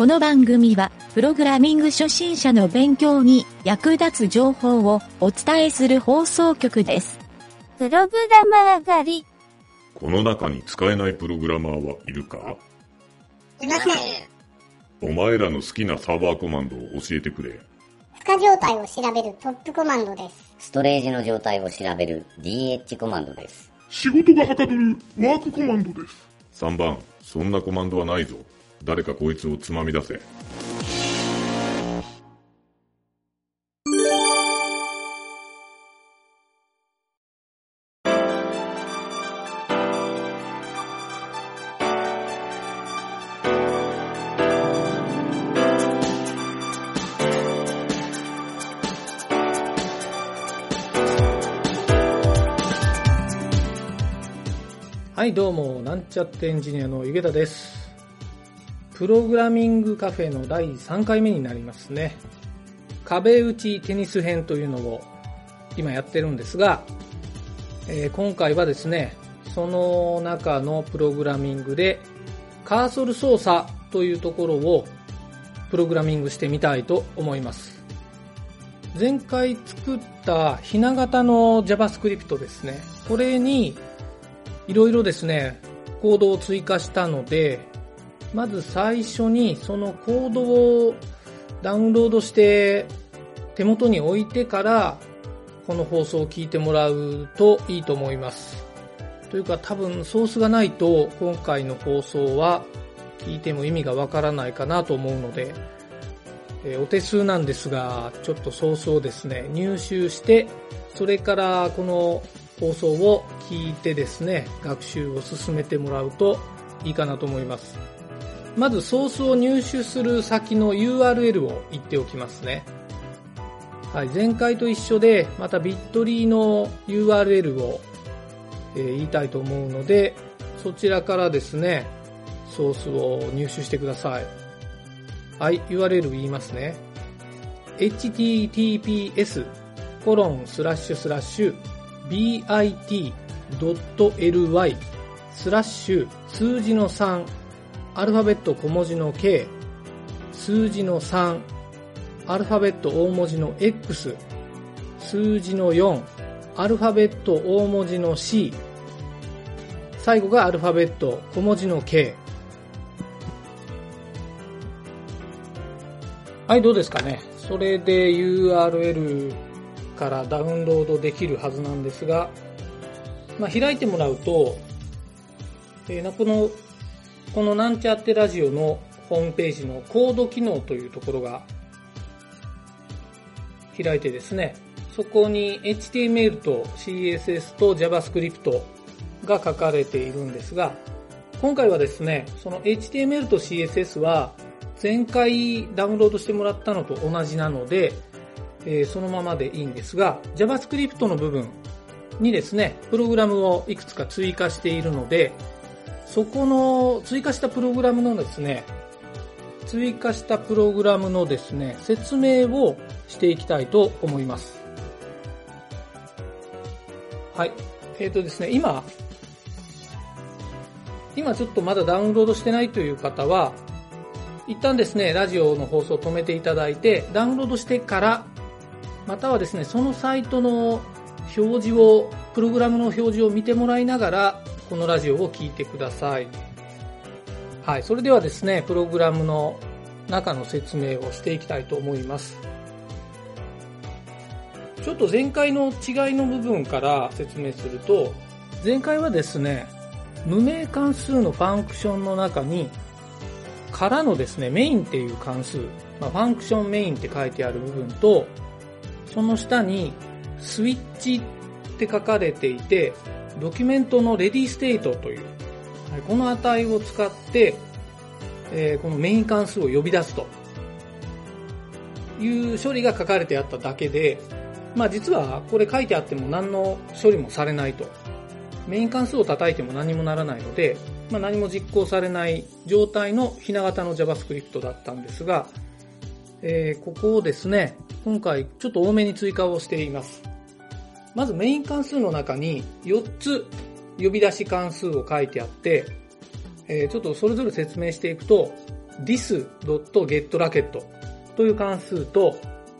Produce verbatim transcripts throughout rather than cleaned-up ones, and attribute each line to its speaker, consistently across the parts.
Speaker 1: の番組は、プログラミング初心者の勉強に役立つ情報をお伝えする放送局です。
Speaker 2: プログラマー狩り。
Speaker 3: この中に使えないプログラマーはいるか？
Speaker 4: いません。
Speaker 3: お前らの好きなサーバーコマンドを教えてくれ。
Speaker 4: 負荷状態を調べるトップコマンドです。
Speaker 5: ストレージの状態を調べる ディーエイチ コマンドです。
Speaker 6: 仕事がはかどるマークコマンドです。
Speaker 3: さんばん、そんなコマンドはないぞ。誰かこいつをつまみ出せ。
Speaker 7: はい、どうもなんちゃってエンジニアのゆげたです。プログラミングカフェのだいさんかいめになりますね。壁打ちテニス編というのを今やってるんですが、えー、今回はですね、その中のプログラミングでカーソル操作というところをプログラミングしてみたいと思います。前回作ったひな型の JavaScript ですね、これにいろいろですね、コードを追加したので、まず最初にそのコードをダウンロードして手元に置いてからこの放送を聞いてもらうといいと思います。というか多分ソースがないと今回の放送は聞いても意味がわからないかなと思うので、えー、お手数なんですが、ちょっとソースをですね、入手して、それからこの放送を聞いてですね、学習を進めてもらうといいかなと思います。まずソースを入手する先の ユーアールエル を言っておきますね。はい、前回と一緒でまたビットリーの ユーアールエル を、えー、言いたいと思うので、そちらからですね、ソースを入手してください。はい、ユーアールエル 言いますね。エイチティーティーピーエスコロンスラッシュスラッシュビーアイティードットエルワイ スラッシュ数字のさんアルファベット小文字の K 数字のさんアルファベット大文字の X 数字のよんアルファベット大文字の C 最後がアルファベット小文字の K。 はい、どうですかね。それで ユーアールエルからダウンロードできるはずなんですが、まあ、開いてもらうと、えー、このこのなんちゃってラジオのホームページのコード機能というところが開いてですね、そこに エイチティーエムエル と シーエスエス と JavaScript が書かれているんですが、今回はですね、その エイチティーエムエル と シーエスエス は前回ダウンロードしてもらったのと同じなので、えー、そのままでいいんですが、 JavaScript の部分にですね、プログラムをいくつか追加しているので、そこの追加したプログラムのですね、追加したプログラムのですね、説明をしていきたいと思います。はい。えっとですね、今、今ちょっとまだダウンロードしてないという方は、一旦ですね、ラジオの放送を止めていただいて、ダウンロードしてから、またはですね、そのサイトの表示を、プログラムの表示を見てもらいながら、このラジオを聞いてください。はい、それではですね、プログラムの中の説明をしていきたいと思います。ちょっと前回の違いの部分から説明すると、前回はですね、無名関数のファンクションの中に、からのですね、メインっていう関数、まあ、ファンクションメインって書いてある部分と、その下にスイッチって書かれていて、ドキュメントのレディステートという、はい、この値を使って、えー、このメイン関数を呼び出すという処理が書かれてあっただけで、まあ実はこれ書いてあっても何の処理もされないと。メイン関数を叩いても何もならないので、まあ何も実行されない状態のひな型の JavaScript だったんですが、えー、ここをですね、今回ちょっと多めに追加をしています。まずメイン関数の中によっつ呼び出し関数を書いてあって、えー、ちょっとそれぞれ説明していくと、 dis.getRacket という関数と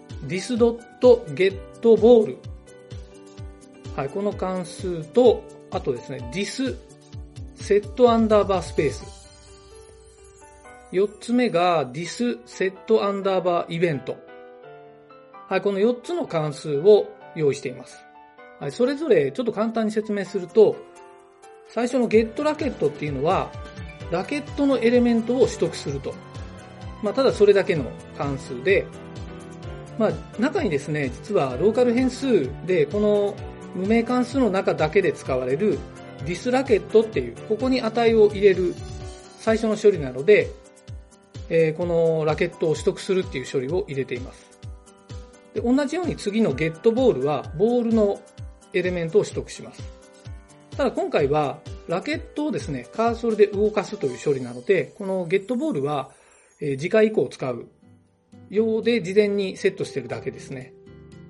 Speaker 7: dis.getBall、はい、この関数と、あとですね、dis.set アンダーバースペース。よっつめが dis.set アンダーバーイベント。はい、このよっつの関数を用意しています。はい、それぞれちょっと簡単に説明すると、最初の getRacket っていうのは、ラケットのエレメントを取得すると。まあ、ただそれだけの関数で、まあ、中にですね、実はローカル変数で、この無名関数の中だけで使われる disRacket っていう、ここに値を入れる最初の処理なので、えー、このラケットを取得するっていう処理を入れています。で、同じように次の getBall は、ボールのエレメントを取得します。ただ今回は、ラケットをですね、カーソルで動かすという処理なので、この getBall は、えー、次回以降使うようで事前にセットしているだけですね。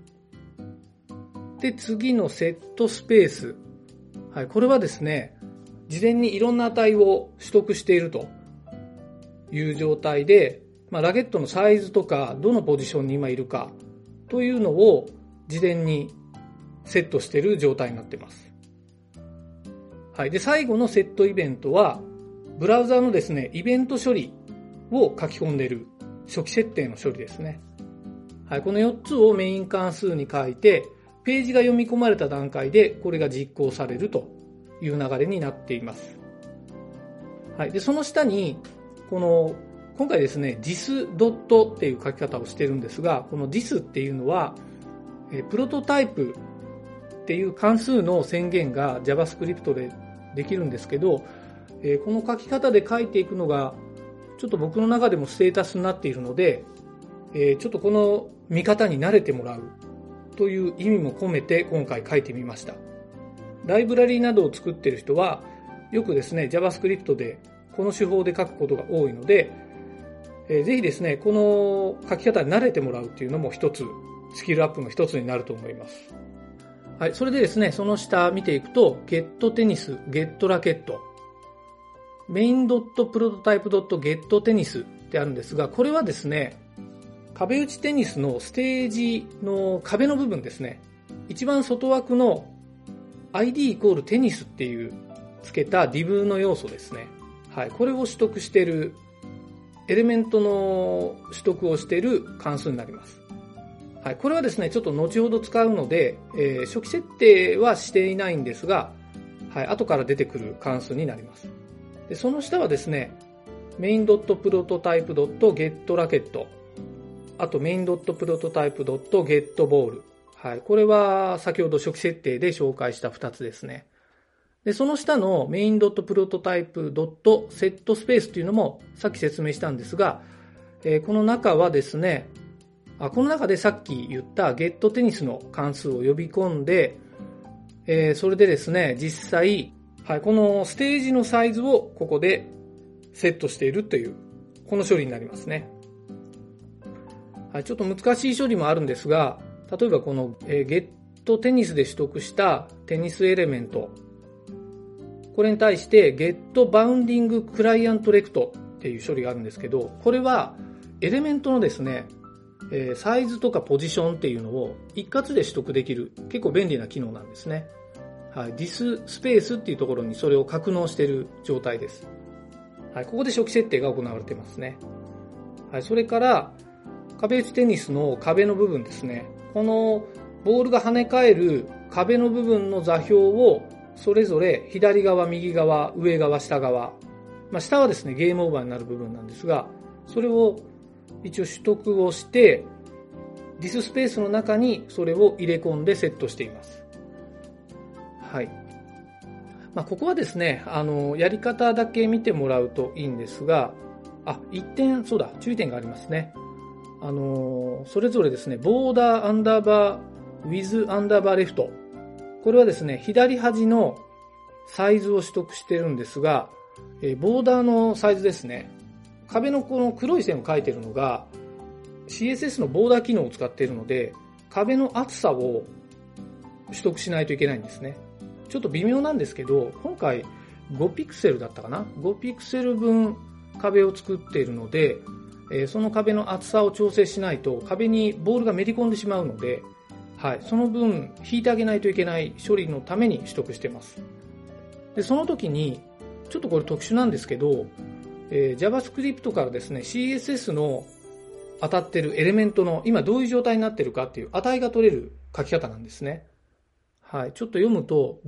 Speaker 7: で、次のセットスペース。はい、これはですね、事前にいろんな値を取得しているという状態で、まあ、ラケットのサイズとか、どのポジションに今いるかというのを事前にセットしている状態になっています。はい。で、最後のセットイベントは、ブラウザーのですね、イベント処理を書き込んでいる初期設定の処理ですね。はい。このよっつをメイン関数に書いて、ページが読み込まれた段階でこれが実行されるという流れになっています。はい。で、その下に、この、今回ですね、dis. っていう書き方をしているんですが、この dis っていうのは、プロトタイプっていう関数の宣言が JavaScript でできるんですけど、この書き方で書いていくのが、ちょっと僕の中でもステータスになっているので、ちょっとこの見方に慣れてもらうという意味も込めて今回書いてみました。ライブラリーなどを作っている人は、よくですね、JavaScript でこの手法で書くことが多いので、ぜひですね、この書き方に慣れてもらうっていうのも一つ、スキルアップの一つになると思います。はい、それでですね、その下見ていくと、getTennis、getRacket、main.prototype.getTennis ってあるんですが、これはですね、壁打ちテニスのステージの壁の部分ですね。一番外枠の アイディー イコールテニスっていう付けた div の要素ですね。はい、これを取得している、エレメントの取得をしている関数になります。はい、これはですね、ちょっと後ほど使うので、えー、初期設定はしていないんですが、はい、後から出てくる関数になります。で、その下はですね、main.prototype.getRacket、あと main.prototype.getBall。はい、これは先ほど初期設定で紹介したふたつですね。で、その下の main.prototype.setSpace というのもさっき説明したんですが、えー、この中はですね、あこの中でさっき言った getTennis の関数を呼び込んで、えー、それでですね、実際、はい、このステージのサイズをここでセットしているという、この処理になりますね。はい、ちょっと難しい処理もあるんですが、例えばこの、えー、getTennis で取得したテニスエレメント、これに対して getBoundingClientRect っていう処理があるんですけど、これはエレメントのですね、えー、サイズとかポジションっていうのを一括で取得できる結構便利な機能なんですね。はい、dis.space っていうところにそれを格納している状態です。はい、ここで初期設定が行われていますね。はい、それから壁打ちテニスの壁の部分ですね。このボールが跳ね返る壁の部分の座標をそれぞれ左側、右側、上側、下側。まあ、下はですね、ゲームオーバーになる部分なんですが、それを一応取得をして、dis.space の中にそれを入れ込んでセットしています。はい。まあ、ここはですね、あの、やり方だけ見てもらうといいんですが、あ、一点、そうだ、注意点がありますね。あの、それぞれですね、ボーダーアンダーバー、with アンダーバーレフト。これはですね、左端のサイズを取得しているんですが、えー、ボーダーのサイズですね。壁のこの黒い線を描いているのが シーエスエス のボーダー機能を使っているので、壁の厚さを取得しないといけないんですね。ちょっと微妙なんですけど、今回ごピクセルだったかな ?ご ピクセル分壁を作っているので、えー、その壁の厚さを調整しないと壁にボールがめり込んでしまうので、はい、その分引いてあげないといけない処理のために取得しています。で、その時にちょっとこれ特殊なんですけど、えー、JavaScript からですね シーエスエス の当たってるエレメントの今どういう状態になっているかっていう値が取れる書き方なんですね。はい、ちょっと読むと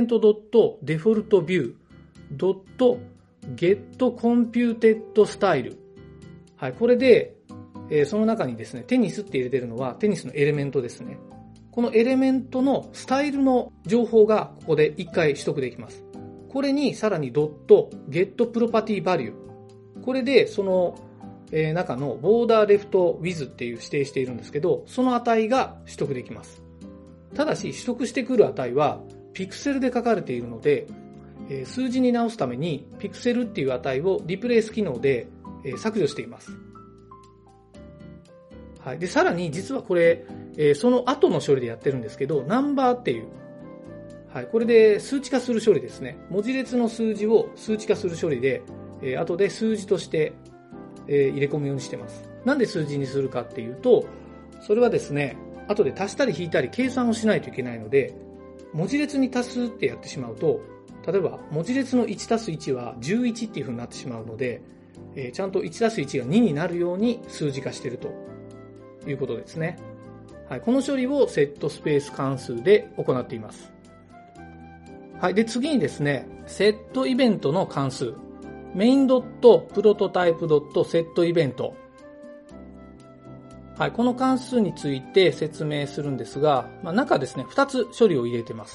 Speaker 7: document.defaultview.getComputedStyle、はい、これで、えー、その中にですねテニスって入れてるのはテニスのエレメントですね。このエレメントのスタイルの情報がここで一回取得できます。これにさらに .getPropertyValue、 これでその、えー、中の BorderLeftWidth っていう指定しているんですけど、その値が取得できます。ただし取得してくる値はピクセルで書かれているので、えー、数字に直すためにピクセルっていう値をリプレイス機能で、えー、削除しています。はい、でさらに実はこれ、えー、その後の処理でやってるんですけど、ナンバーっていう、はい、これで数値化する処理ですね。文字列の数字を数値化する処理で、えー、後で数字として、えー、入れ込むようにしてます。なんで数字にするかっていうと、それはですね、後で足したり引いたり計算をしないといけないので、文字列に足すってやってしまうと、例えば文字列のいちたすいちはじゅういちっていう風になってしまうので、えー、ちゃんといちたすいちがにになるように数字化しているということですね。はい、この処理をセットスペース関数で行っています。はい、で次にですね、セットイベントの関数、main.prototype.setEvent、はい、この関数について説明するんですが、まあ、中ですね、ふたつ処理を入れています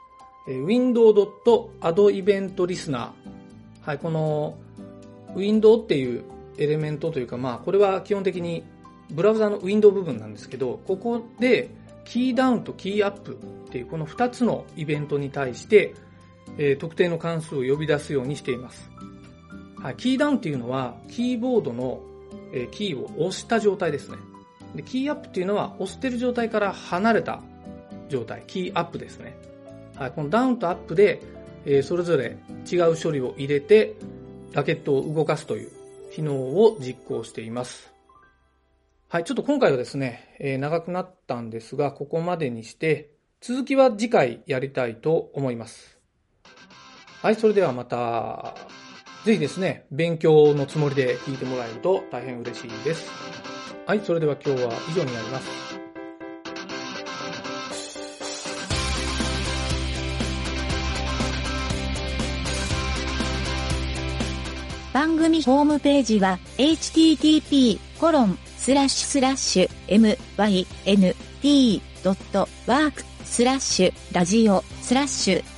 Speaker 7: 。window.addEventListener、はい、この window っていうエレメントというか、まあ、これは基本的にブラウザのウィンドウ部分なんですけど、ここでキーダウンとキーアップっていうこのふたつのイベントに対して、えー、特定の関数を呼び出すようにしています。はい、キーダウンっていうのはキーボードの、えー、キーを押した状態ですね。で、キーアップっていうのは押してる状態から離れた状態、キーアップですね。はい、このダウンとアップで、えー、それぞれ違う処理を入れてラケットを動かすという機能を実行しています。はい、ちょっと今回はですね、えー、長くなったんですが、ここまでにして、続きは次回やりたいと思います。はい、それではまた、ぜひですね、勉強のつもりで聞いてもらえると大変嬉しいです。はい、それでは今日は以上になります。
Speaker 1: 番組ホームページは エイチティーティーピーコロンスラッシュスラッシュエムワイエヌティードットワークスラッシュラジオスラッシュ